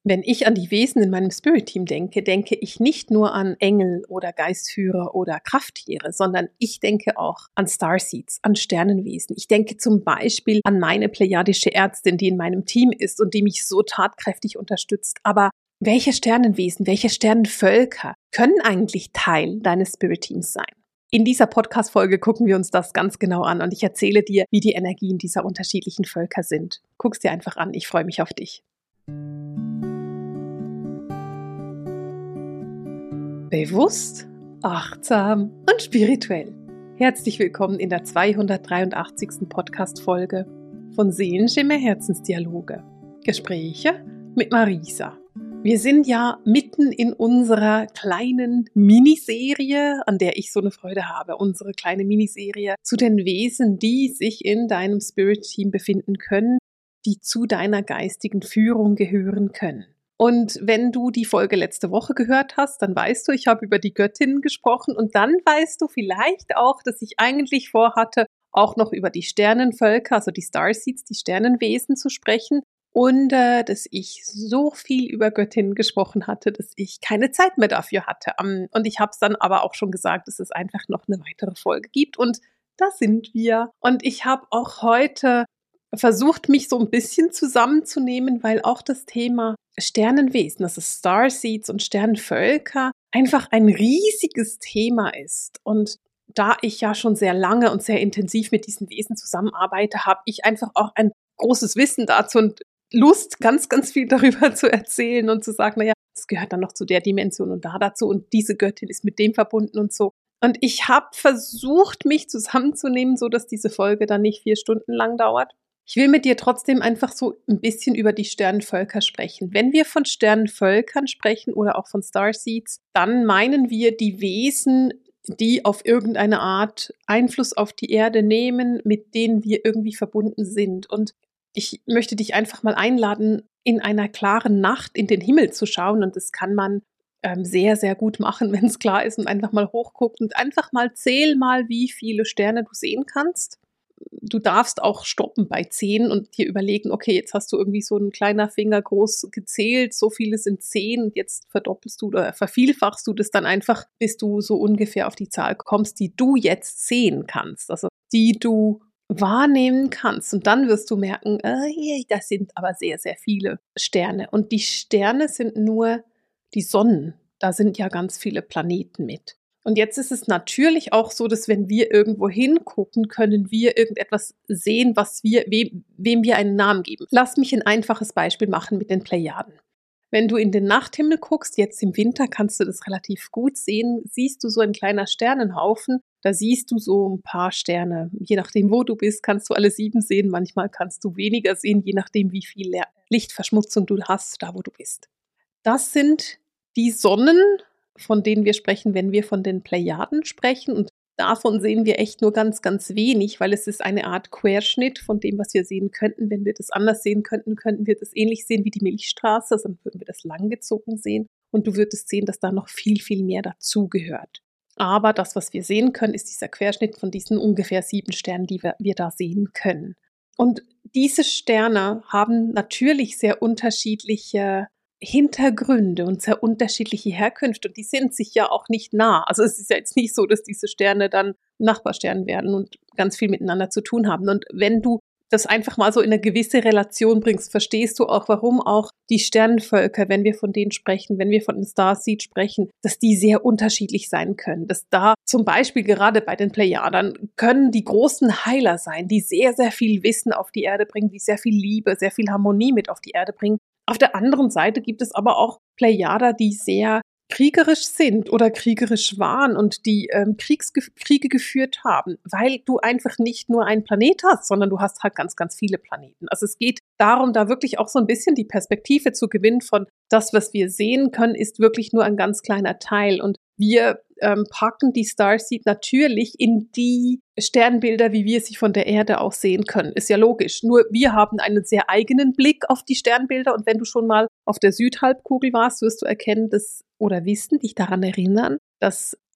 Wenn ich an die Wesen in meinem Spirit-Team denke, denke ich nicht nur an Engel oder Geistführer oder Krafttiere, sondern ich denke auch an Starseeds, an Sternenwesen. Ich denke zum Beispiel an meine plejadische Ärztin, die in meinem Team ist und die mich so tatkräftig unterstützt. Aber welche Sternenwesen, welche Sternenvölker können eigentlich Teil deines Spirit-Teams sein? In dieser Podcast-Folge gucken wir uns das ganz genau an und ich erzähle dir, wie die Energien dieser unterschiedlichen Völker sind. Guck's dir einfach an, ich freue mich auf dich. Bewusst, achtsam und spirituell. Herzlich willkommen in der 283. Podcast-Folge von Seelenschimmer Herzensdialoge. Gespräche mit Marisa. Wir sind ja mitten in unserer kleinen Miniserie, an der ich so eine Freude habe. Unsere kleine Miniserie zu den Wesen, die sich in deinem Spirit-Team befinden können, die zu deiner geistigen Führung gehören können. Und wenn du die Folge letzte Woche gehört hast, dann weißt du, ich habe über die Göttinnen gesprochen und dann weißt du vielleicht auch, dass ich eigentlich vorhatte, auch noch über die Sternenvölker, also die Starseeds, die Sternenwesen zu sprechen und dass ich so viel über Göttinnen gesprochen hatte, dass ich keine Zeit mehr dafür hatte. Und ich habe es dann aber auch schon gesagt, dass es einfach noch eine weitere Folge gibt und da sind wir. Und ich habe auch heute versucht, mich so ein bisschen zusammenzunehmen, weil auch das Thema Sternenwesen, also Starseeds und Sternenvölker, einfach ein riesiges Thema ist. Und da ich ja schon sehr lange und sehr intensiv mit diesen Wesen zusammenarbeite, habe ich einfach auch ein großes Wissen dazu und Lust, ganz, ganz viel darüber zu erzählen und zu sagen, naja, das gehört dann noch zu der Dimension und da dazu und diese Göttin ist mit dem verbunden und so. Und ich habe versucht, mich zusammenzunehmen, so dass diese Folge dann nicht 4 Stunden lang dauert. Ich will mit dir trotzdem einfach so ein bisschen über die Sternenvölker sprechen. Wenn wir von Sternenvölkern sprechen oder auch von Starseeds, dann meinen wir die Wesen, die auf irgendeine Art Einfluss auf die Erde nehmen, mit denen wir irgendwie verbunden sind. Und ich möchte dich einfach mal einladen, in einer klaren Nacht in den Himmel zu schauen. Und das kann man sehr, sehr gut machen, wenn es klar ist und einfach mal hochguckt und einfach mal zähl mal, wie viele Sterne du sehen kannst. Du darfst auch stoppen bei 10 und dir überlegen, okay, jetzt hast du irgendwie so einen kleiner Finger groß gezählt, so viele sind 10 und jetzt verdoppelst du oder vervielfachst du das dann einfach, bis du so ungefähr auf die Zahl kommst, die du jetzt sehen kannst, also die du wahrnehmen kannst. Und dann wirst du merken, das sind aber sehr, sehr viele Sterne. Und die Sterne sind nur die Sonnen. Da sind ja ganz viele Planeten mit. Und jetzt ist es natürlich auch so, dass wenn wir irgendwo hingucken, können wir irgendetwas sehen, was wem wir einen Namen geben. Lass mich ein einfaches Beispiel machen mit den Plejaden. Wenn du in den Nachthimmel guckst, jetzt im Winter kannst du das relativ gut sehen, siehst du so ein kleiner Sternenhaufen, da siehst du so ein paar Sterne. Je nachdem, wo du bist, kannst du alle 7 sehen, manchmal kannst du weniger sehen, je nachdem, wie viel Lichtverschmutzung du hast, da wo du bist. Das sind die Sonnen, von denen wir sprechen, wenn wir von den Plejaden sprechen. Und davon sehen wir echt nur ganz, ganz wenig, weil es ist eine Art Querschnitt von dem, was wir sehen könnten. Wenn wir das anders sehen könnten, könnten wir das ähnlich sehen wie die Milchstraße, also dann würden wir das langgezogen sehen. Und du würdest sehen, dass da noch viel, viel mehr dazugehört. Aber das, was wir sehen können, ist dieser Querschnitt von diesen ungefähr 7 Sternen, die wir da sehen können. Und diese Sterne haben natürlich sehr unterschiedliche Hintergründe und sehr unterschiedliche Herkünfte und die sind sich ja auch nicht nah. Also es ist ja jetzt nicht so, dass diese Sterne dann Nachbarsterne werden und ganz viel miteinander zu tun haben. Und wenn du das einfach mal so in eine gewisse Relation bringst, verstehst du auch, warum auch die Sternenvölker, wenn wir von denen sprechen, wenn wir von den Starseeds sprechen, dass die sehr unterschiedlich sein können. Dass da zum Beispiel gerade bei den Plejadern können die großen Heiler sein, die sehr, sehr viel Wissen auf die Erde bringen, die sehr viel Liebe, sehr viel Harmonie mit auf die Erde bringen. Auf der anderen Seite gibt es aber auch Plejader, die sehr kriegerisch sind oder kriegerisch waren und die Kriege geführt haben, weil du einfach nicht nur einen Planet hast, sondern du hast halt ganz, ganz viele Planeten. Also es geht darum, da wirklich auch so ein bisschen die Perspektive zu gewinnen von das, was wir sehen können, ist wirklich nur ein ganz kleiner Teil. Und wir packen die Starseed natürlich in die Sternbilder, wie wir sie von der Erde aus sehen können. Ist ja logisch. Nur wir haben einen sehr eigenen Blick auf die Sternbilder und wenn du schon mal auf der Südhalbkugel warst, wirst du erkennen, dass oder wissen, dich daran erinnern, dass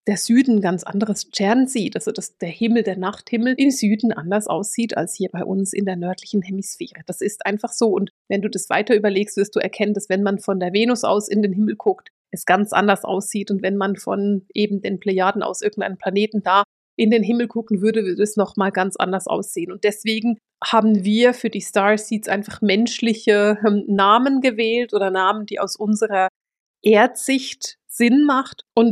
der Süden ein ganz anderes Stern sieht, also dass der Himmel, der Nachthimmel im Süden anders aussieht als hier bei uns in der nördlichen Hemisphäre. Das ist einfach so. Und wenn du das weiter überlegst, wirst du erkennen, dass wenn man von der Venus aus in den Himmel guckt, es ganz anders aussieht. Und wenn man von eben den Plejaden aus irgendeinem Planeten da in den Himmel gucken würde, würde es nochmal ganz anders aussehen. Und deswegen haben wir für die Starseeds einfach menschliche Namen gewählt oder Namen, die aus unserer Erdsicht Sinn macht. Und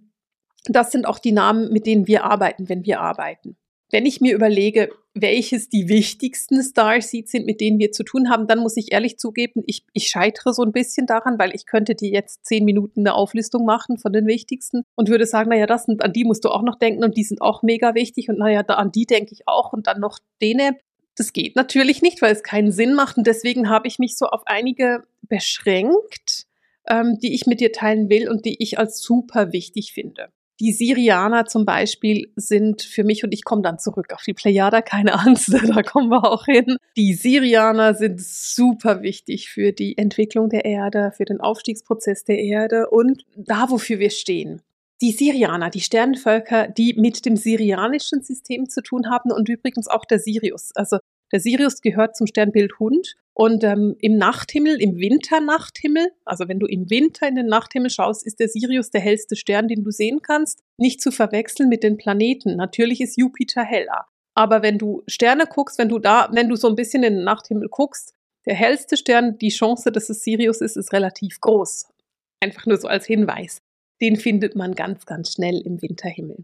das sind auch die Namen, mit denen wir arbeiten, wenn wir arbeiten. Wenn ich mir überlege, welches die wichtigsten Starseeds sind, mit denen wir zu tun haben, dann muss ich ehrlich zugeben, ich scheitere so ein bisschen daran, weil ich könnte dir jetzt 10 Minuten eine Auflistung machen von den wichtigsten und würde sagen, naja, an die musst du auch noch denken und die sind auch mega wichtig und naja, an die denke ich auch und dann noch dene. Das geht natürlich nicht, weil es keinen Sinn macht und deswegen habe ich mich so auf einige beschränkt, die ich mit dir teilen will und die ich als super wichtig finde. Die Sirianer zum Beispiel sind für mich, und ich komme dann zurück auf die Plejada, keine Angst, da kommen wir auch hin. Die Sirianer sind super wichtig für die Entwicklung der Erde, für den Aufstiegsprozess der Erde und da, wofür wir stehen. Die Sirianer, die Sternenvölker, die mit dem sirianischen System zu tun haben und übrigens auch der Sirius. Also der Sirius gehört zum Sternbild Hund und im Nachthimmel, im Winternachthimmel, also wenn du im Winter in den Nachthimmel schaust, ist der Sirius der hellste Stern, den du sehen kannst. Nicht zu verwechseln mit den Planeten. Natürlich ist Jupiter heller. Aber wenn du Sterne guckst, wenn du so ein bisschen in den Nachthimmel guckst, der hellste Stern, die Chance, dass es Sirius ist relativ groß. Einfach nur so als Hinweis. Den findet man ganz, ganz schnell im Winterhimmel.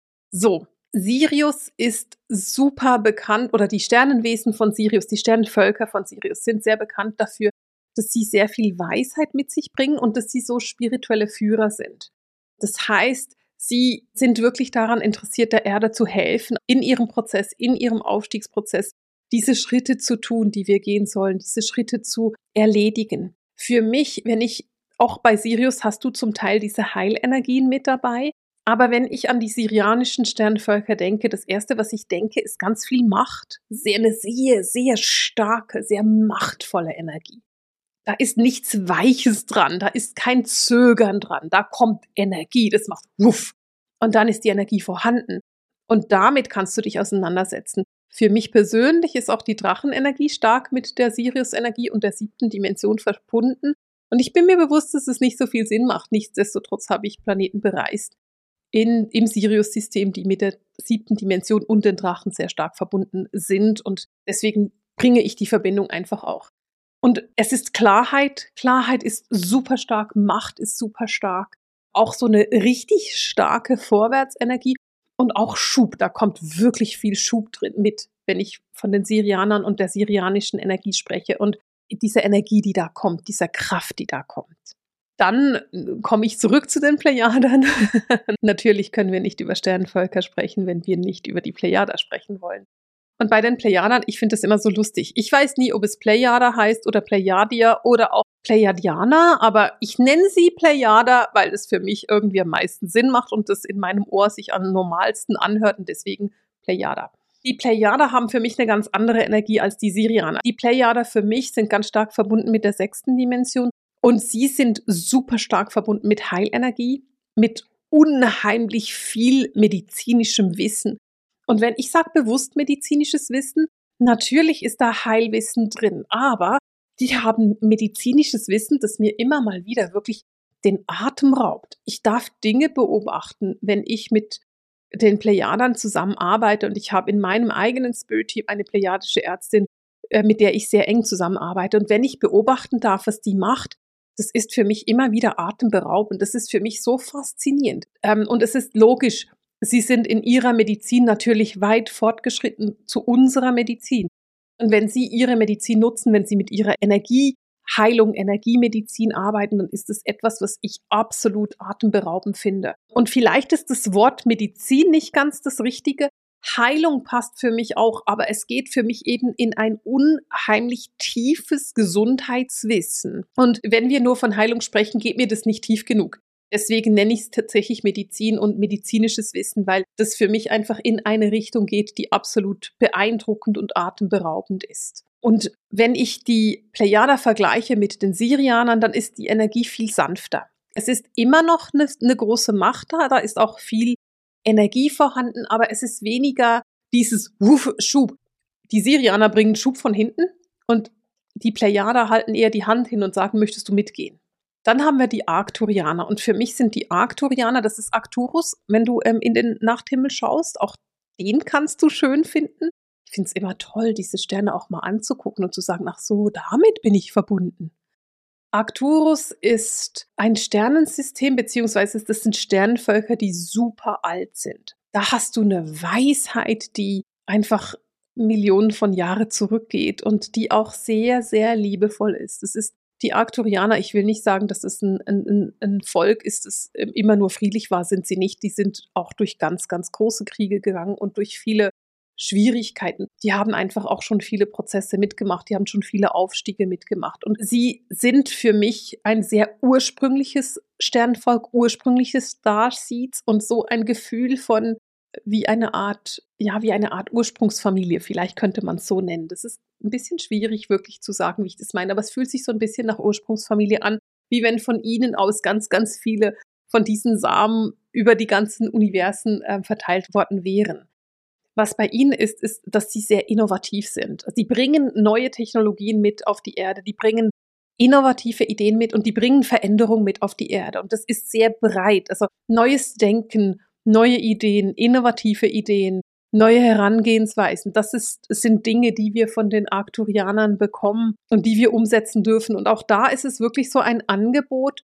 So, Sirius ist super bekannt, oder die Sternenwesen von Sirius, die Sternenvölker von Sirius sind sehr bekannt dafür, dass sie sehr viel Weisheit mit sich bringen und dass sie so spirituelle Führer sind. Das heißt, sie sind wirklich daran interessiert, der Erde zu helfen, in ihrem Prozess, in ihrem Aufstiegsprozess, diese Schritte zu tun, die wir gehen sollen, diese Schritte zu erledigen. Für mich, auch bei Sirius hast du zum Teil diese Heilenergien mit dabei. Aber wenn ich an die sirianischen Sternenvölker denke, das Erste, was ich denke, ist ganz viel Macht. Eine sehr, sehr starke, sehr machtvolle Energie. Da ist nichts Weiches dran, da ist kein Zögern dran, da kommt Energie, das macht wuff. Und dann ist die Energie vorhanden. Und damit kannst du dich auseinandersetzen. Für mich persönlich ist auch die Drachenenergie stark mit der Sirius-Energie und der 7. Dimension verbunden. Und ich bin mir bewusst, dass es nicht so viel Sinn macht. Nichtsdestotrotz habe ich Planeten bereist im Sirius-System, die mit der 7. Dimension und den Drachen sehr stark verbunden sind. Und deswegen bringe ich die Verbindung einfach auch. Und es ist Klarheit. Klarheit ist super stark. Macht ist super stark. Auch so eine richtig starke Vorwärtsenergie und auch Schub. Da kommt wirklich viel Schub drin mit, wenn ich von den Sirianern und der sirianischen Energie spreche. Und diese Energie, die da kommt, dieser Kraft, die da kommt. Dann komme ich zurück zu den Plejadern. Natürlich können wir nicht über Sternenvölker sprechen, wenn wir nicht über die Plejada sprechen wollen. Und bei den Plejadern, ich finde das immer so lustig. Ich weiß nie, ob es Plejada heißt oder Plejadier oder auch Plejadianer, aber ich nenne sie Plejada, weil es für mich irgendwie am meisten Sinn macht und das in meinem Ohr sich am normalsten anhört und deswegen Plejada. Die Plejada haben für mich eine ganz andere Energie als die Sirianer. Die Plejada für mich sind ganz stark verbunden mit der 6. Dimension. Und sie sind super stark verbunden mit Heilenergie, mit unheimlich viel medizinischem Wissen. Und wenn ich sage bewusst medizinisches Wissen, natürlich ist da Heilwissen drin, aber die haben medizinisches Wissen, das mir immer mal wieder wirklich den Atem raubt. Ich darf Dinge beobachten, wenn ich mit den Plejadern zusammenarbeite und ich habe in meinem eigenen Spirit-Team eine plejadische Ärztin, mit der ich sehr eng zusammenarbeite. Und wenn ich beobachten darf, was die macht, das ist für mich immer wieder atemberaubend. Das ist für mich so faszinierend. Und es ist logisch, sie sind in ihrer Medizin natürlich weit fortgeschritten zu unserer Medizin. Und wenn sie ihre Medizin nutzen, wenn sie mit ihrer Energieheilung, Energiemedizin arbeiten, dann ist es etwas, was ich absolut atemberaubend finde. Und vielleicht ist das Wort Medizin nicht ganz das Richtige. Heilung passt für mich auch, aber es geht für mich eben in ein unheimlich tiefes Gesundheitswissen. Und wenn wir nur von Heilung sprechen, geht mir das nicht tief genug. Deswegen nenne ich es tatsächlich Medizin und medizinisches Wissen, weil das für mich einfach in eine Richtung geht, die absolut beeindruckend und atemberaubend ist. Und wenn ich die Plejada vergleiche mit den Sirianern, dann ist die Energie viel sanfter. Es ist immer noch eine große Macht da ist auch viel Energie vorhanden, aber es ist weniger dieses Schub. Die Sirianer bringen Schub von hinten und die Plejader halten eher die Hand hin und sagen, möchtest du mitgehen? Dann haben wir die Arcturianer und für mich sind die Arcturianer, das ist Arcturus, wenn du in den Nachthimmel schaust, auch den kannst du schön finden. Ich finde es immer toll, diese Sterne auch mal anzugucken und zu sagen, ach so, damit bin ich verbunden. Arcturus ist ein Sternensystem, beziehungsweise das sind Sternenvölker, die super alt sind. Da hast du eine Weisheit, die einfach Millionen von Jahren zurückgeht und die auch sehr, sehr liebevoll ist. Es ist die Arcturianer, ich will nicht sagen, dass es ein Volk ist, das immer nur friedlich war, sind sie nicht. Die sind auch durch ganz, ganz große Kriege gegangen und durch viele Schwierigkeiten. Die haben einfach auch schon viele Prozesse mitgemacht, die haben schon viele Aufstiege mitgemacht. Und sie sind für mich ein sehr ursprüngliches Sternvolk, ursprüngliches Starseeds und so ein Gefühl von wie eine Art Ursprungsfamilie, vielleicht könnte man es so nennen. Das ist ein bisschen schwierig wirklich zu sagen, wie ich das meine, aber es fühlt sich so ein bisschen nach Ursprungsfamilie an, wie wenn von ihnen aus ganz, ganz viele von diesen Samen über die ganzen Universen verteilt worden wären. Was bei ihnen ist, dass sie sehr innovativ sind. Sie bringen neue Technologien mit auf die Erde, die bringen innovative Ideen mit und die bringen Veränderung mit auf die Erde. Und das ist sehr breit. Also neues Denken, neue Ideen, innovative Ideen, neue Herangehensweisen. Das sind Dinge, die wir von den Arcturianern bekommen und die wir umsetzen dürfen. Und auch da ist es wirklich so ein Angebot,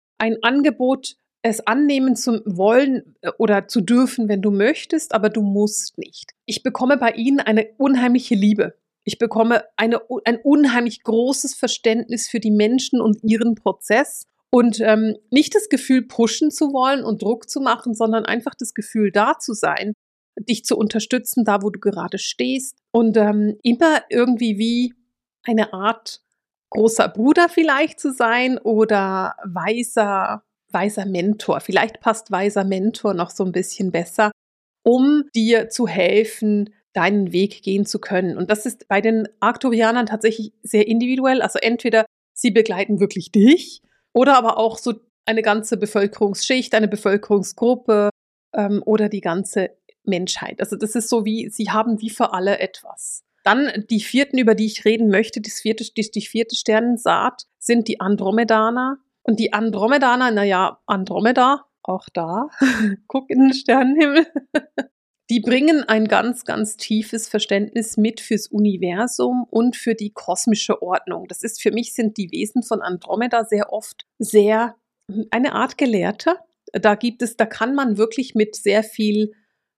es annehmen zu wollen oder zu dürfen, wenn du möchtest, aber du musst nicht. Ich bekomme bei ihnen eine unheimliche Liebe. Ich bekomme ein unheimlich großes Verständnis für die Menschen und ihren Prozess und nicht das Gefühl, pushen zu wollen und Druck zu machen, sondern einfach das Gefühl, da zu sein, dich zu unterstützen, da wo du gerade stehst und immer irgendwie wie eine Art großer Bruder vielleicht zu sein oder weiser Mentor. Vielleicht passt weiser Mentor noch so ein bisschen besser, um dir zu helfen, deinen Weg gehen zu können. Und das ist bei den Arcturianern tatsächlich sehr individuell. Also entweder sie begleiten wirklich dich oder aber auch so eine ganze Bevölkerungsschicht, eine Bevölkerungsgruppe oder die ganze Menschheit. Also das ist so wie, sie haben wie für alle etwas. Dann die vierten, über die ich reden möchte, die vierte Sternensaat, sind die Andromedaner. Und die Andromedaner, Andromeda, auch da, guck in den Sternenhimmel, die bringen ein ganz, ganz tiefes Verständnis mit fürs Universum und für die kosmische Ordnung. Für mich sind die Wesen von Andromeda sehr oft eine Art Gelehrter. Da kann man wirklich mit sehr viel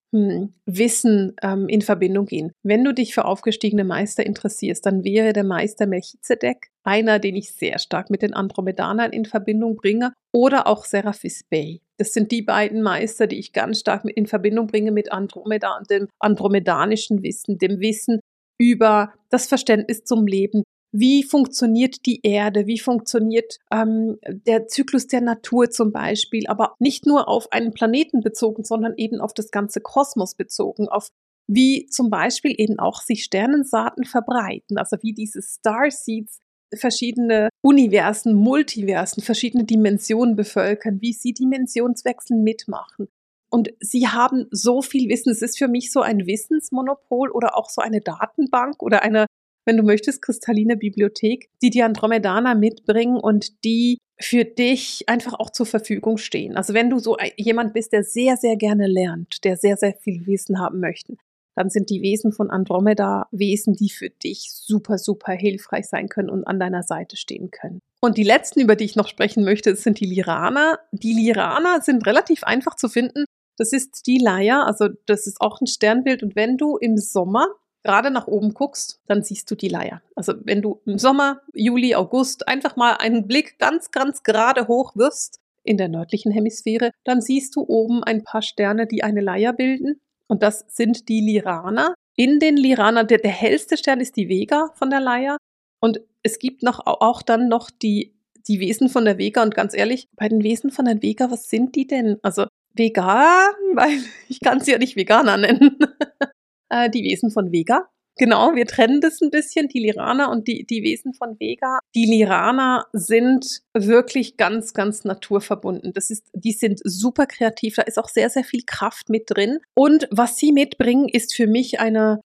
Wissen in Verbindung gehen. Wenn du dich für aufgestiegene Meister interessierst, dann wäre der Meister Melchizedek einer, den ich sehr stark mit den Andromedanern in Verbindung bringe, oder auch Seraphis Bey. Das sind die beiden Meister, die ich ganz stark in Verbindung bringe mit Andromeda und dem andromedanischen Wissen, dem Wissen über das Verständnis zum Leben. Wie funktioniert die Erde? Wie funktioniert der Zyklus der Natur zum Beispiel? Aber nicht nur auf einen Planeten bezogen, sondern eben auf das ganze Kosmos bezogen, auf wie zum Beispiel eben auch sich Sternensaaten verbreiten, also wie diese Starseeds verschiedene Universen, Multiversen, verschiedene Dimensionen bevölkern, wie sie Dimensionswechsel mitmachen. Und sie haben so viel Wissen. Es ist für mich so ein Wissensmonopol oder auch so eine Datenbank oder eine, wenn du möchtest, kristalline Bibliothek, die Andromedaner mitbringen und die für dich einfach auch zur Verfügung stehen. Also wenn du so jemand bist, der sehr, sehr gerne lernt, der sehr, sehr viel Wissen haben möchte, dann sind die Wesen von Andromeda Wesen, die für dich super, super hilfreich sein können und an deiner Seite stehen können. Und die letzten, über die ich noch sprechen möchte, sind die Liraner. Die Liraner sind relativ einfach zu finden. Das ist die Leier, also das ist auch ein Sternbild. Und wenn du im Sommer gerade nach oben guckst, dann siehst du die Leier. Also wenn du im Sommer, Juli, August einfach mal einen Blick ganz, ganz gerade hoch wirfst in der nördlichen Hemisphäre, dann siehst du oben ein paar Sterne, die eine Leier bilden. Und das sind die Liraner. In den Liranern, der hellste Stern ist die Vega von der Leier. Und es gibt auch dann noch die Wesen von der Vega. Und ganz ehrlich, bei den Wesen von der Vega, was sind die denn? Also vegan, weil ich kann sie ja nicht Veganer nennen. Die Wesen von Vega, Genau, wir trennen das ein bisschen, die Lyraner und die Wesen von Vega. Die Lyraner sind wirklich ganz, ganz naturverbunden. Die sind super kreativ, da ist auch sehr, sehr viel Kraft mit drin. Und was sie mitbringen, ist für mich eine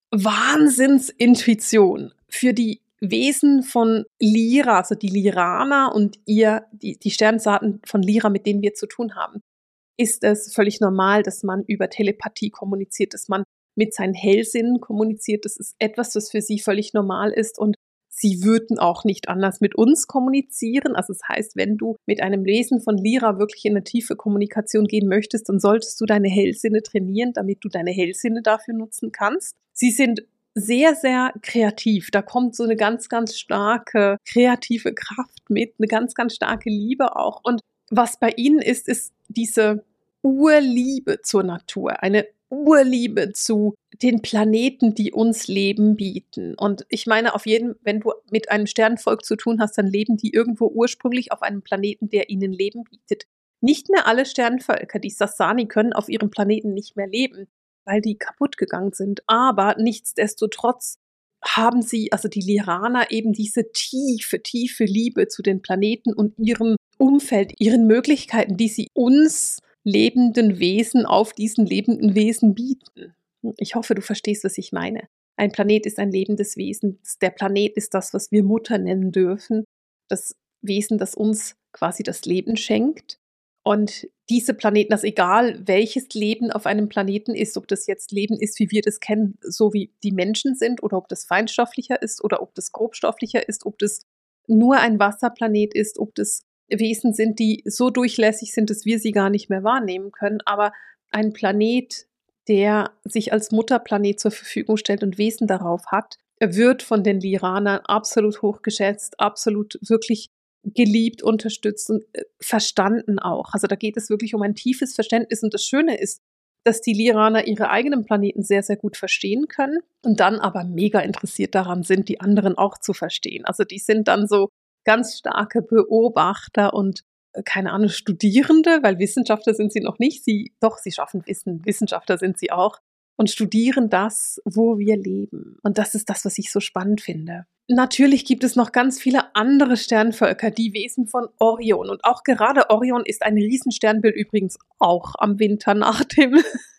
Wahnsinnsintuition. Für die Wesen von Lyra, also die Lyraner und die Sternensaaten von Lyra, mit denen wir zu tun haben, ist es völlig normal, dass man über Telepathie kommuniziert, dass man mit seinen Hellsinnen kommuniziert. Das ist etwas, was für sie völlig normal ist und sie würden auch nicht anders mit uns kommunizieren. Also das heißt, wenn du mit einem Wesen von Lyra wirklich in eine tiefe Kommunikation gehen möchtest, dann solltest du deine Hellsinne trainieren, damit du deine Hellsinne dafür nutzen kannst. Sie sind sehr, sehr kreativ. Da kommt so eine ganz, ganz starke kreative Kraft mit, eine ganz, ganz starke Liebe auch. Und was bei ihnen ist diese Urliebe zur Natur, eine Urliebe zu den Planeten, die uns Leben bieten. Und ich meine, wenn du mit einem Sternenvolk zu tun hast, dann leben die irgendwo ursprünglich auf einem Planeten, der ihnen Leben bietet. Nicht mehr alle Sternenvölker, die Sasani, können auf ihrem Planeten nicht mehr leben, weil die kaputt gegangen sind. Aber nichtsdestotrotz haben sie, also die Lyraner, eben diese tiefe, tiefe Liebe zu den Planeten und ihrem Umfeld, ihren Möglichkeiten, die sie uns lebenden Wesen auf diesen lebenden Wesen bieten. Ich hoffe, du verstehst, was ich meine. Ein Planet ist ein lebendes Wesen. Der Planet ist das, was wir Mutter nennen dürfen. Das Wesen, das uns quasi das Leben schenkt. Und diese Planeten, das egal welches Leben auf einem Planeten ist, ob das jetzt Leben ist, wie wir das kennen, so wie die Menschen sind, oder ob das feinstofflicher ist oder ob das grobstofflicher ist, ob das nur ein Wasserplanet ist, ob das Wesen sind, die so durchlässig sind, dass wir sie gar nicht mehr wahrnehmen können. Aber ein Planet, der sich als Mutterplanet zur Verfügung stellt und Wesen darauf hat, wird von den Lyranern absolut hochgeschätzt, absolut wirklich geliebt, unterstützt und verstanden auch. Also da geht es wirklich um ein tiefes Verständnis. Und das Schöne ist, dass die Lyraner ihre eigenen Planeten sehr, sehr gut verstehen können und dann aber mega interessiert daran sind, die anderen auch zu verstehen. Also die sind dann so ganz starke Beobachter und keine Ahnung, Studierende, weil Wissenschaftler sind sie noch nicht. Sie schaffen Wissen, Wissenschaftler sind sie auch und studieren das, wo wir leben. Und das ist das, was ich so spannend finde. Natürlich gibt es noch ganz viele andere Sternvölker, die Wesen von Orion. Und auch gerade Orion ist ein Riesensternbild, übrigens auch am Winter nach dem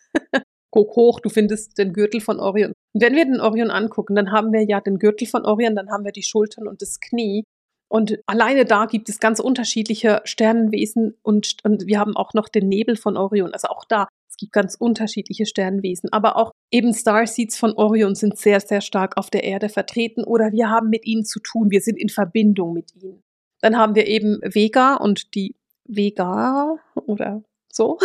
Guck hoch, du findest den Gürtel von Orion. Und wenn wir den Orion angucken, dann haben wir ja den Gürtel von Orion, dann haben wir die Schultern und das Knie. Und alleine da gibt es ganz unterschiedliche Sternenwesen und wir haben auch noch den Nebel von Orion. Also auch da, es gibt ganz unterschiedliche Sternenwesen. Aber auch eben Starseeds von Orion sind sehr, sehr stark auf der Erde vertreten oder wir haben mit ihnen zu tun. Wir sind in Verbindung mit ihnen. Dann haben wir eben Vega und die Vega oder so.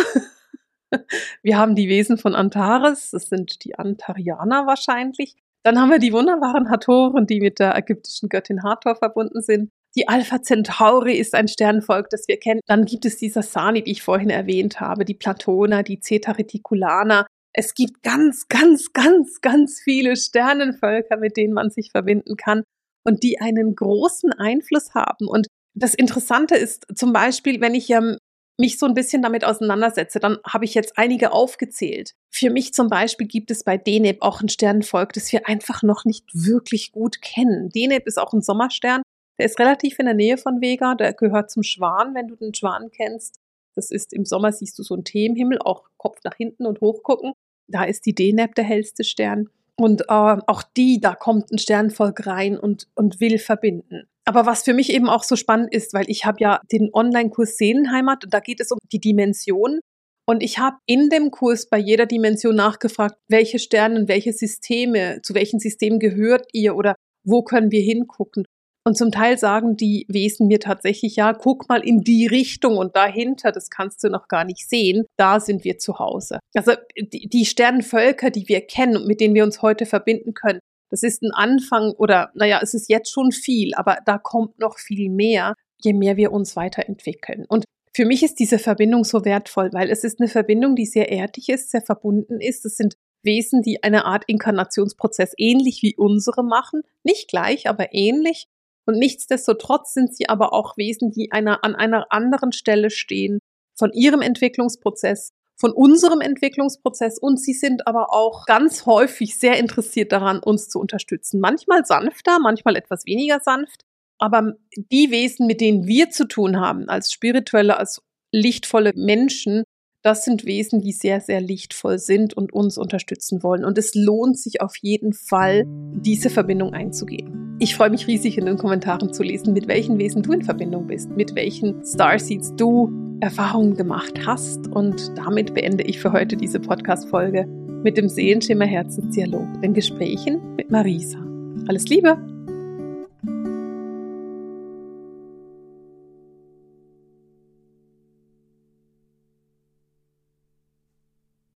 Wir haben die Wesen von Antares, das sind die Antarianer wahrscheinlich. Dann haben wir die wunderbaren Hatoren, die mit der ägyptischen Göttin Hathor verbunden sind. Die Alpha Centauri ist ein Sternenvolk, das wir kennen. Dann gibt es die Sasani, die ich vorhin erwähnt habe, die Platoner, die Zeta Reticulaner. Es gibt ganz, ganz, ganz, ganz viele Sternenvölker, mit denen man sich verbinden kann und die einen großen Einfluss haben. Und das Interessante ist zum Beispiel, wenn ich mich so ein bisschen damit auseinandersetze, dann habe ich jetzt einige aufgezählt. Für mich zum Beispiel gibt es bei Deneb auch ein Sternenvolk, das wir einfach noch nicht wirklich gut kennen. Deneb ist auch ein Sommerstern, der ist relativ in der Nähe von Vega, der gehört zum Schwan, wenn du den Schwan kennst. Das ist im Sommer, siehst du so einen Tee im Himmel, auch Kopf nach hinten und hochgucken. Da ist die Deneb der hellste Stern. Und auch da kommt ein Sternenvolk rein und will verbinden. Aber was für mich eben auch so spannend ist, weil ich habe ja den Online-Kurs Seelenheimat und da geht es um die Dimensionen. Und ich habe in dem Kurs bei jeder Dimension nachgefragt, welche Sterne, welche Systeme, zu welchen Systemen gehört ihr oder wo können wir hingucken? Und zum Teil sagen die Wesen mir tatsächlich, ja, guck mal in die Richtung und dahinter, das kannst du noch gar nicht sehen, da sind wir zu Hause. Also die Sternenvölker, die wir kennen und mit denen wir uns heute verbinden können, das ist ein Anfang oder, es ist jetzt schon viel, aber da kommt noch viel mehr, je mehr wir uns weiterentwickeln. Und für mich ist diese Verbindung so wertvoll, weil es ist eine Verbindung, die sehr erdig ist, sehr verbunden ist. Es sind Wesen, die eine Art Inkarnationsprozess ähnlich wie unsere machen, nicht gleich, aber ähnlich. Und nichtsdestotrotz sind sie aber auch Wesen, die an einer anderen Stelle stehen von ihrem Entwicklungsprozess, von unserem Entwicklungsprozess und sie sind aber auch ganz häufig sehr interessiert daran, uns zu unterstützen. Manchmal sanfter, manchmal etwas weniger sanft, aber die Wesen, mit denen wir zu tun haben, als spirituelle, als lichtvolle Menschen, das sind Wesen, die sehr, sehr lichtvoll sind und uns unterstützen wollen. Und es lohnt sich auf jeden Fall, diese Verbindung einzugehen. Ich freue mich riesig, in den Kommentaren zu lesen, mit welchen Wesen du in Verbindung bist, mit welchen Starseeds du Erfahrungen gemacht hast. Und damit beende ich für heute diese Podcast-Folge mit dem Seelenschimmer Herzensdialog, den Gesprächen mit Marisa. Alles Liebe!